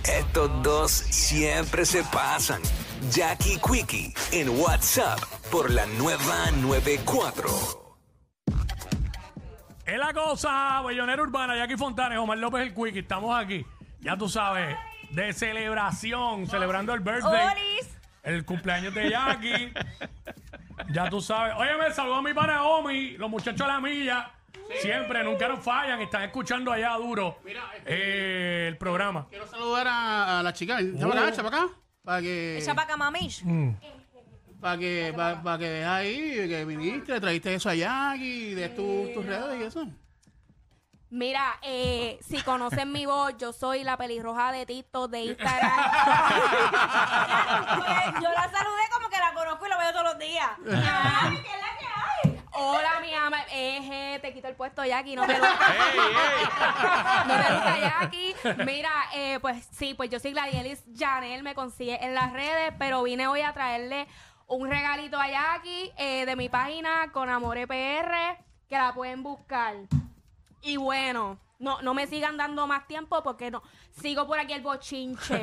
Estos dos siempre se pasan. Jackie Quickie en WhatsApp por la nueva 94. Es la cosa, Bellonera Urbana, Jackie Fontanes, Omar López el Quickie. Estamos aquí, ya tú sabes, de celebración, celebrando el birthday. ¡Olis! El cumpleaños de Jackie. Ya tú sabes. Oye, me saludo a mi pana Omi, los muchachos de la milla. Siempre, nunca nos fallan. Están escuchando allá duro el programa. Quiero saludar a la chica. Echa para acá. Para que. Echa para acá, mamish. Para que dejes ahí, que viniste, trajiste eso a Jackie, de tus redes y eso. Mira, si conocen mi voz, yo soy la pelirroja de TikTok, de Instagram. Yo la saludé como que la conozco y la veo todos los días. Ay, ¿qué es la que hay? Hola, mi ama. Te quito el puesto, Jackie. No te gusta. No te gusta, Jackie. Mira, pues sí, pues yo soy Gladielis Janel, me consigue en las redes, pero vine hoy a traerle un regalito a Jackie de mi página con Amore PR, que la pueden buscar. Y bueno, no me sigan dando más tiempo porque no sigo por aquí el bochinche.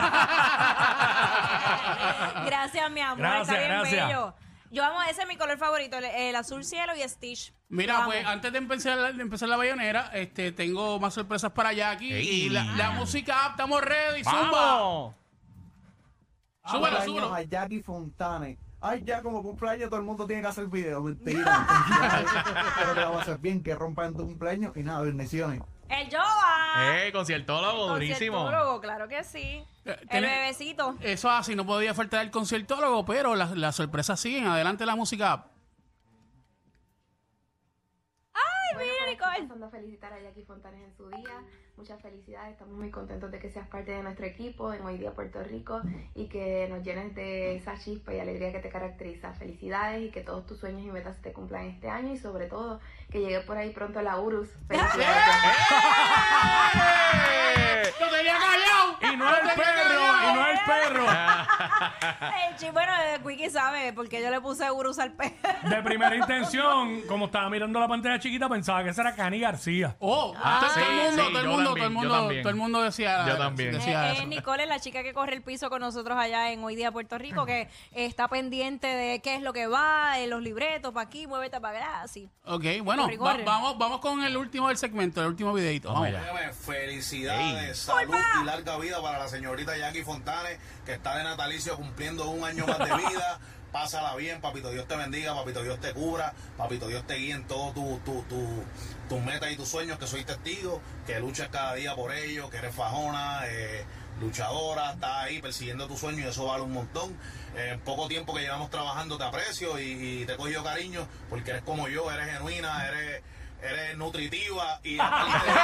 Gracias, mi amor. Gracias, está bien gracias. bello. Yo amo, ese es mi color favorito, el azul cielo y Stitch. Mira, pues antes de empezar la bayonera, tengo más sorpresas para Jackie. Y la música, estamos ready, zumba. Súbelo, súbelo. A Jackie Fontanes. Ay, ya como cumpleaños todo el mundo tiene que hacer video. Mentira. Pero te vamos a hacer bien, que rompan tu cumpleaños y nada, bendiciones. El Joa. Conciertólogo, durísimo. Conciertólogo, claro que sí. El bebecito. Eso así, no podía faltar el conciertólogo, pero las sorpresas siguen. Adelante la música. Ay, mira, Nicole. Pasando a felicitar a Jackie Fontanes en su día. Muchas felicidades, estamos muy contentos de que seas parte de nuestro equipo en Hoy Día Puerto Rico y que nos llenes de esa chispa y alegría que te caracteriza. Felicidades y que todos tus sueños y metas te cumplan este año y sobre todo que llegue por ahí pronto la Urus. Felicidades. ¡Lo tenía callado! Y no el perro. Bueno, Quickie sabe porque yo le puse Urus al perro. De primera intención, como estaba mirando la pantalla chiquita, pensaba que esa era Cani García. Todo el mundo decía. Yo también. decía eso. Nicole es la chica que corre el piso con nosotros allá en Hoy Día Puerto Rico, que está pendiente de qué es lo que va, en los libretos, para aquí, muévete para allá, así. Ok, bueno, Corre. vamos con el último del segmento, el último videito. Vamos. Óyeme, felicidades, salud y larga vida para la señorita Jackie Fontanes, que está de natalicio cumpliendo un año más de vida. Pásala bien, papito Dios te bendiga, papito Dios te cubra, papito Dios te guíe en todos tus metas y tus sueños, que soy testigo, que luchas cada día por ellos, que eres fajona, luchadora, estás ahí persiguiendo tus sueños y eso vale un montón. En poco tiempo que llevamos trabajando te aprecio y te he cogido cariño porque eres como yo, eres genuina, eres nutritiva y aparte de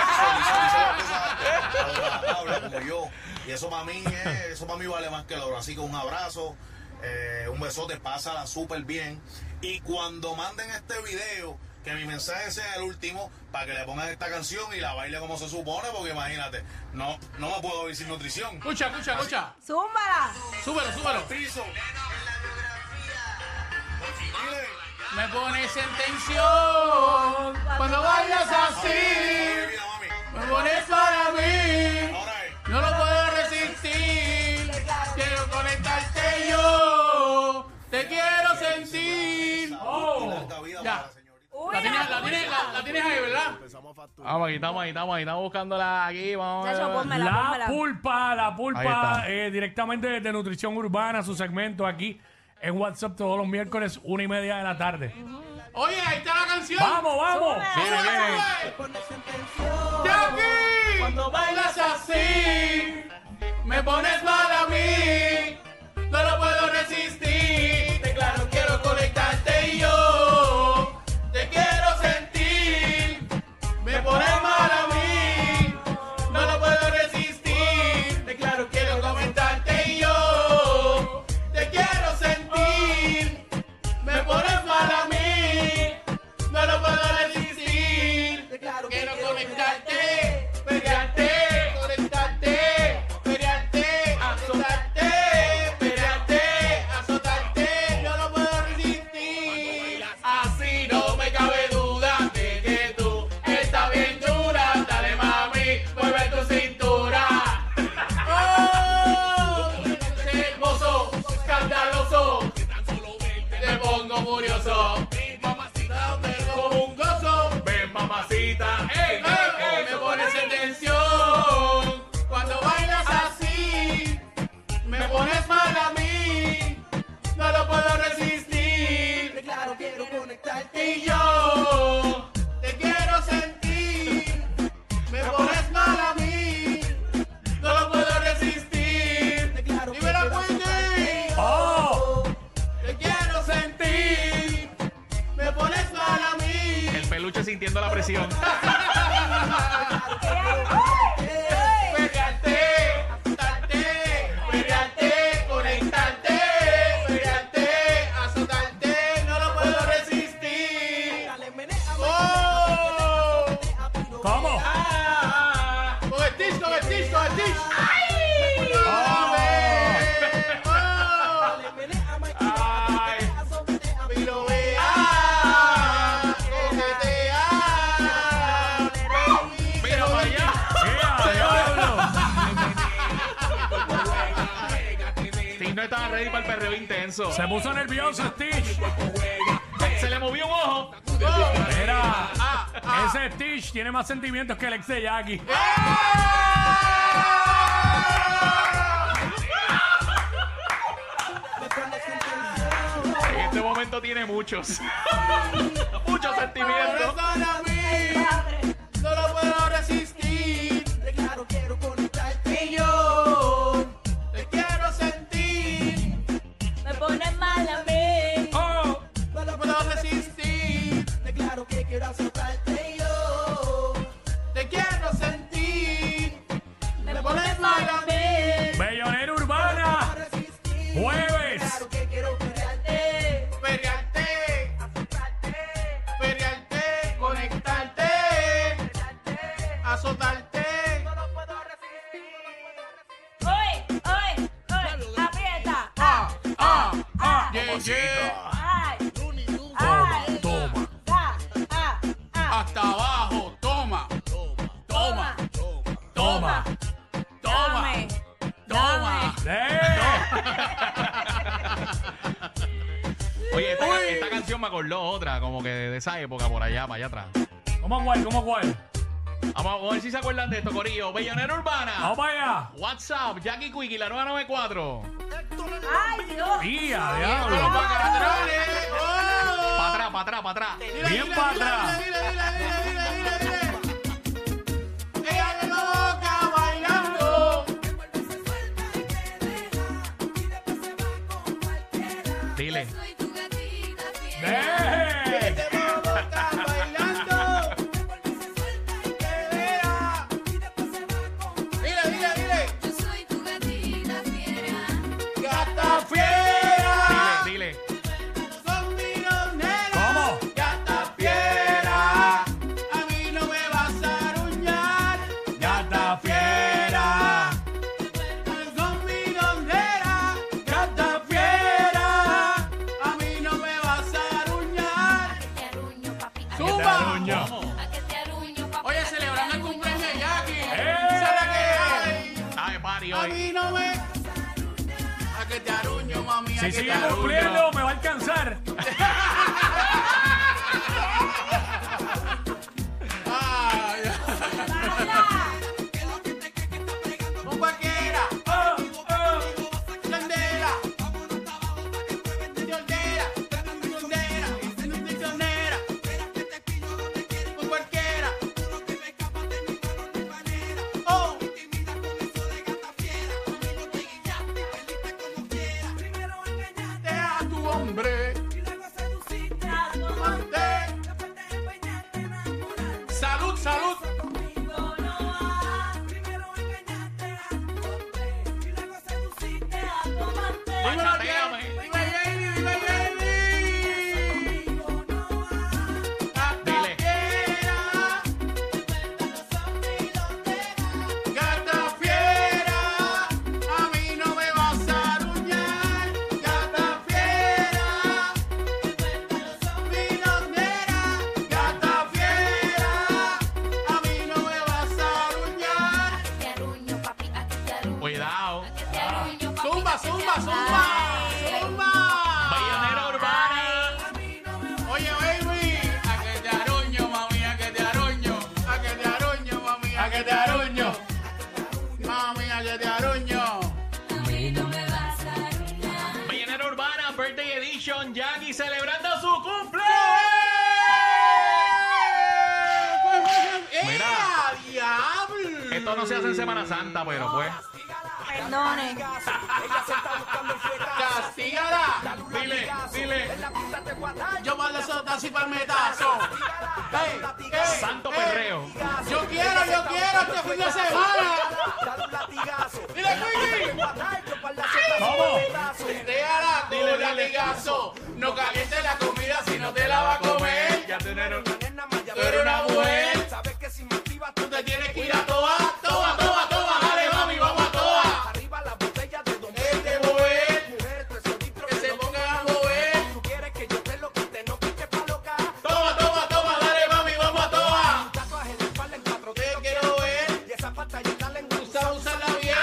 eso, habla como yo. Y eso para mí vale más que el oro. Así que un abrazo, un besote, pásala súper bien. Y cuando manden este video, que mi mensaje sea el último para que le pongan esta canción y la baile como se supone, porque imagínate, no me puedo vivir sin nutrición. Escucha. ¡Zúmbala! Súbelo. Piso. Me pones en tensión cuando bailas así. Mira, mami. Me pones para mí. Ahora es. No lo puedo resistir. Quiero conectarte yo. Te quiero sentir. Y larga vida Ya. para la señorita. La tienes ahí, ¿verdad? Vamos, aquí estamos buscándola aquí. Vamos a ver. Chacho, pónmela. La Ahí pulpa, está. directamente desde Nutrición Urbana, su segmento aquí en WhatsApp todos los miércoles, 1:30 de la tarde. Oye, ahí está la canción. ¡Vamos! Sube. Jackie, cuando bailas así, me pones mal a mí. No lo puedo resistir. Declaro, quiero conectarte y yo te quiero sentir. Me pones mal a mí. No lo puedo resistir. Declaro, quiero comentarte y yo te quiero sentir. Me pones mal a mí. No lo puedo resistir. Declaro, quiero conectarte. Pelearte, conectarte, pelearte. Stitch, con Stitch. No estaba ready para el perreo intenso. Se puso nervioso Stitch. Se le movió un ojo. Mira, ese Stitch tiene más sentimientos que el ex de Jackie. En este momento tiene muchos. Muchos sentimientos. No lo puedo resistir. Claro, quiero conectarte y yo te quiero sentir. Me pones mal a mí. Oh, No lo puedo resistir. Declaro que quiero azotarte y yo te quiero sentir. Me pones mal a mí. Bellonera Urbana. Jueves. Claro que quiero perrearte, perrearte, conectarte, azotarte. No lo puedo resistir. Oye, oye, oye. Aprieta. Yeah, yeah. Ay. Ay. Toma. Hasta abajo, toma, toma, Toma. Dame. toma. Oye, esta canción me acordó otra, como que de esa época, por allá, para allá atrás. ¿Cómo cuál? ¿Cómo cuál? Vamos a ver si se acuerdan de esto, corillo. Bellonera Urbana. Vamos para allá. WhatsApp, Jackie Quickie, la 994. Ay, Dios. ¡Tía, Los diablo! pacatrones. Para atrás, para atrás, para atrás. Bien para atrás. Ella me loca bailando. Dile. ¡Eh! Te loca bailando. Que vea. Dile. Gata fiera. Dile. Son milloneras. ¿Cómo? Gata fiera. A mí no me vas a aruñar. ¡Gata fiera! Son milloneras. Gata fiera. A mí no me vas a aruñar. Zumba. Taruño. Oye, celebrando el cumpleaños de Jackie. ¡Eh! ¿Sabes qué hay? Ay, party A hoy. mí no me... A que te aruño, mami. A Si que sigue te aruño. cumpliendo, me va a alcanzar. Ay, con cualquiera. Oh, oh. Sondera. Sondera. Con cualquiera. Oh. Deja a tu hombre. Salud, salud. Dímelo, Bachateame. dime, baby, dime, baby. Gata Dile. fiera. Gata fiera. A mí no me vas a aruñar. Gata fiera. Milonera. Gata fiera. A mí no me vas a aruñar. Cuidado. Zumba, zumba, zumba. Zumba. Bellonera Urbana. Oye, baby, a que te aruño, mami, a que te aruño, a que te aruño, mami, a que te aruño, mami, a que te aruño. Bellonera Urbana, Birthday Edition, Jackie celebrando su cumple. Mira. ¡Diablo! Esto no se hace en Semana Santa, pero pues. Perdone. ¡Castígala! Dile. Yo para el sotazo y palmetazo. Hey, hey, Santo hey. perreo. Yo quiero este fin de semana. Dile, Quickie. ¿Cómo? Déjala tú, Dile. latigazo. No caliente la comida si no te la va a comer. Ya tener. Tú eres una mujer. Tú te tienes que ir a toa, toa, toa, toa. Úsala bien.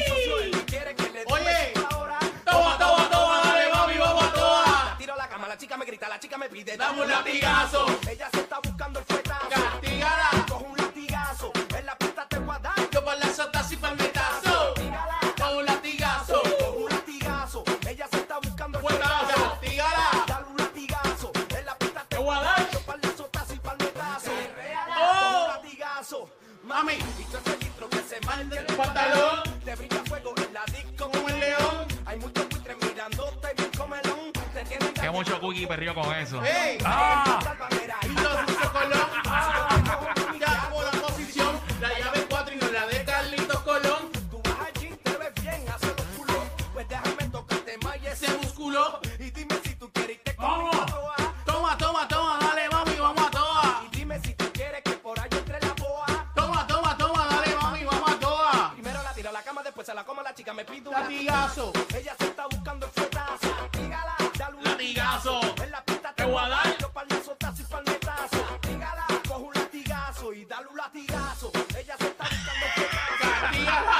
Oye, toma, toma, toma, dale, mami, vamos a toa. Tiro la cama, la chica me grita, la chica me pide. Dame un latigazo. Ella se está buscando el fuetazo. Castígala. Coge un latigazo. En la pista te voy a dar. Yo para la sota y para el metazo. Dame un latigazo. Coge un latigazo. Ella se está buscando el Fuetazo. fuetazo. Castígala. Dale un latigazo. En la pista te Te voy a dar. Yo para la sota y para el metazo. Oh. Coge un latigazo. Mami, Y todo ese litro que se mande el pantalón. Te brilla fuego en la disco Como el león. Hay muchos buitres mirándote bien comelón. Te tienen Qué mucho cookie perrió con eso. ¡Ey! ¡Ah! Y los uso Colón. Ya por la posición. La llave 4 y no la de Carlitos Colón. Tú vas allí, te ves bien, hace los culos. Pues déjame tocarte más y Ese músculo. Y dime si tú quieres y te ¡Vamos! convido a toa. Toma, toma, toma, dale, mami, vamos a toa. Y dime si tú quieres que por ahí entre la boa. Toma, toma, toma, dale, mami, vamos a toa. Primero la tiro a la cama, después se la como la chica, me pide un Latigazo. Ella se está buscando el fuetazo. Dígala, dale un Latigazo. En la pista Te voy a dar. Yo para el sotazo y para el metazo. Dígala, coge un latigazo y dale un latigazo. Ella se está buscando el fuetazo. Castígala.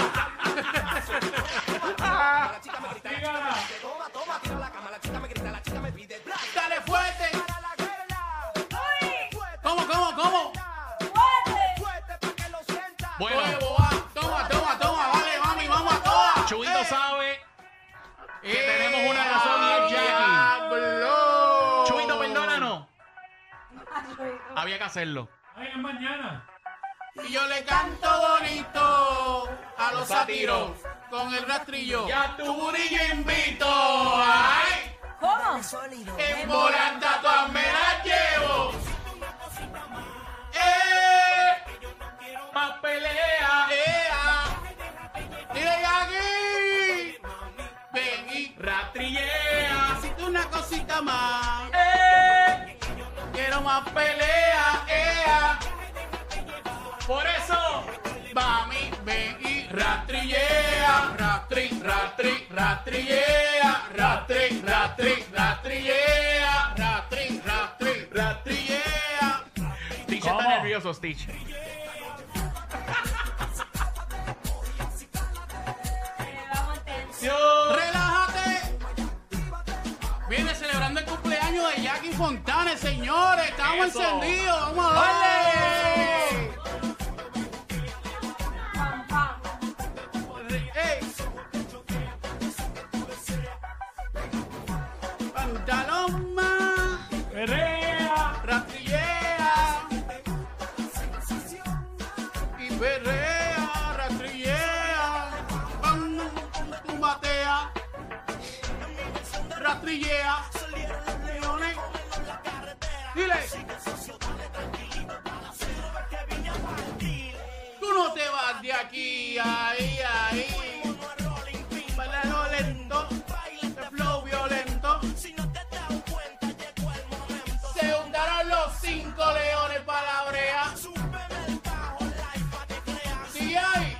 La chica me grita, la chica me pide. Toma, toma, tiro a la cama, la chica me grita, la chica me pide. Dale fuerte. Para la guerra. Fuerte, ¿Cómo, cómo, cómo? fuerte pa' que lo sienta. Bueno, Oye, boba. Toma, toma, toma, dale, mami, vamos a toa. Chubito sabe que tenemos una ¡Eh, razón y es Jackie. diablo! Chubito, perdónanos. Había que hacerlo. Ay, es mañana. Y yo le canto bonito a los sátiros con el rastrillo. Ya tu burillo invito. Ay, ¿Cómo? en volanta todas me las llevo. Más pelea. Dile Jackie. Ven y rastrillea. Necesito una cosita más. Quiero más pelea. Por eso, mami, ven y rastrillea. Rastrillea. Rastrillea. Stitch ¿Cómo? está nervioso, Stitch. Relájate. Viene celebrando el cumpleaños de Jackie Fontane, señores. Estamos Eso. encendidos. Vamos a darle. Pam, pam. Ey. Pantalón más. Perrea. Rastrillea. Y perrea, rastrillea. Pam, tumbatea. Rastrillea. Leones. Dile. Tú no te vas de aquí, ahí. Bailalo lento, de flow violento. Se juntaron los 5 leones para la brea. Sigue ahí.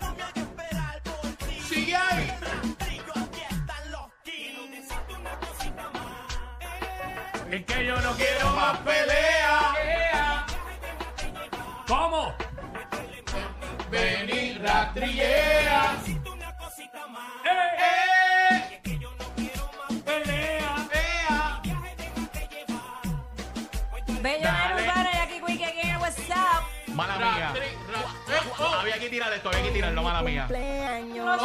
Sigue ahí. Es que yo no Quiero más pelea. ¿Cómo? Ven y rastrillea. Pelea. Bello Dale. de Urbana, Jackie Quickie aquí en el WhatsApp. Mala mía. Había que tirar esto, había que tirarlo, mala mía. Cumpleaños.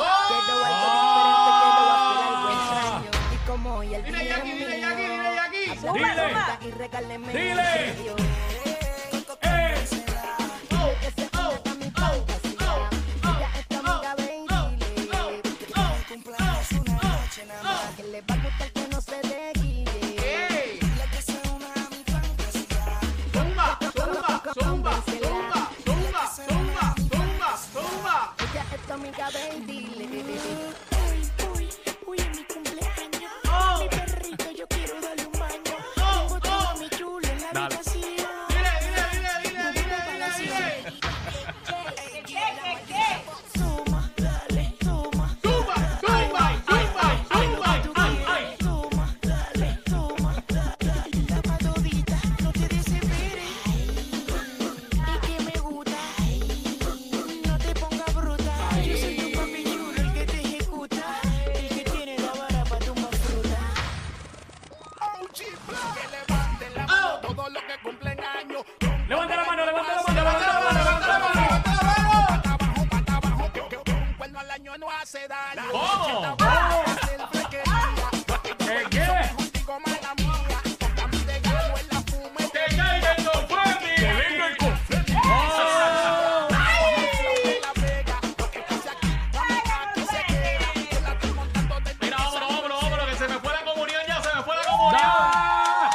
Dile Jackie, dile Jackie, dile Jackie. Dile. Dile. Ey. Zumba. Uy, es mi cumpleaños. Oh. Mi perrito, yo quiero darle un baño. Tengo todo mi chulo en la Dale. habitación. Dile. ¿Qué? Suma, dale, suma. Zumba. Suma, dale, suma, dale. Tapa todita, no te desesperes. Y que me gusta. No te pongas hace daño. ¿Cómo? ¿Qué? Contigo, mala mía. A mí te gano en la fume. ¡Que caiga el confeti! ¡Que venga el confeti! Mira, vámonos, que se me fue la comunión ya, se me fue la comunión. ¡Ah!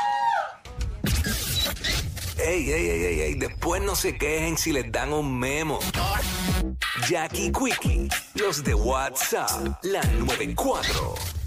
Ey, después no se quejen si les dan un memo. Jackie Quickie, los de WhatsApp, la 94.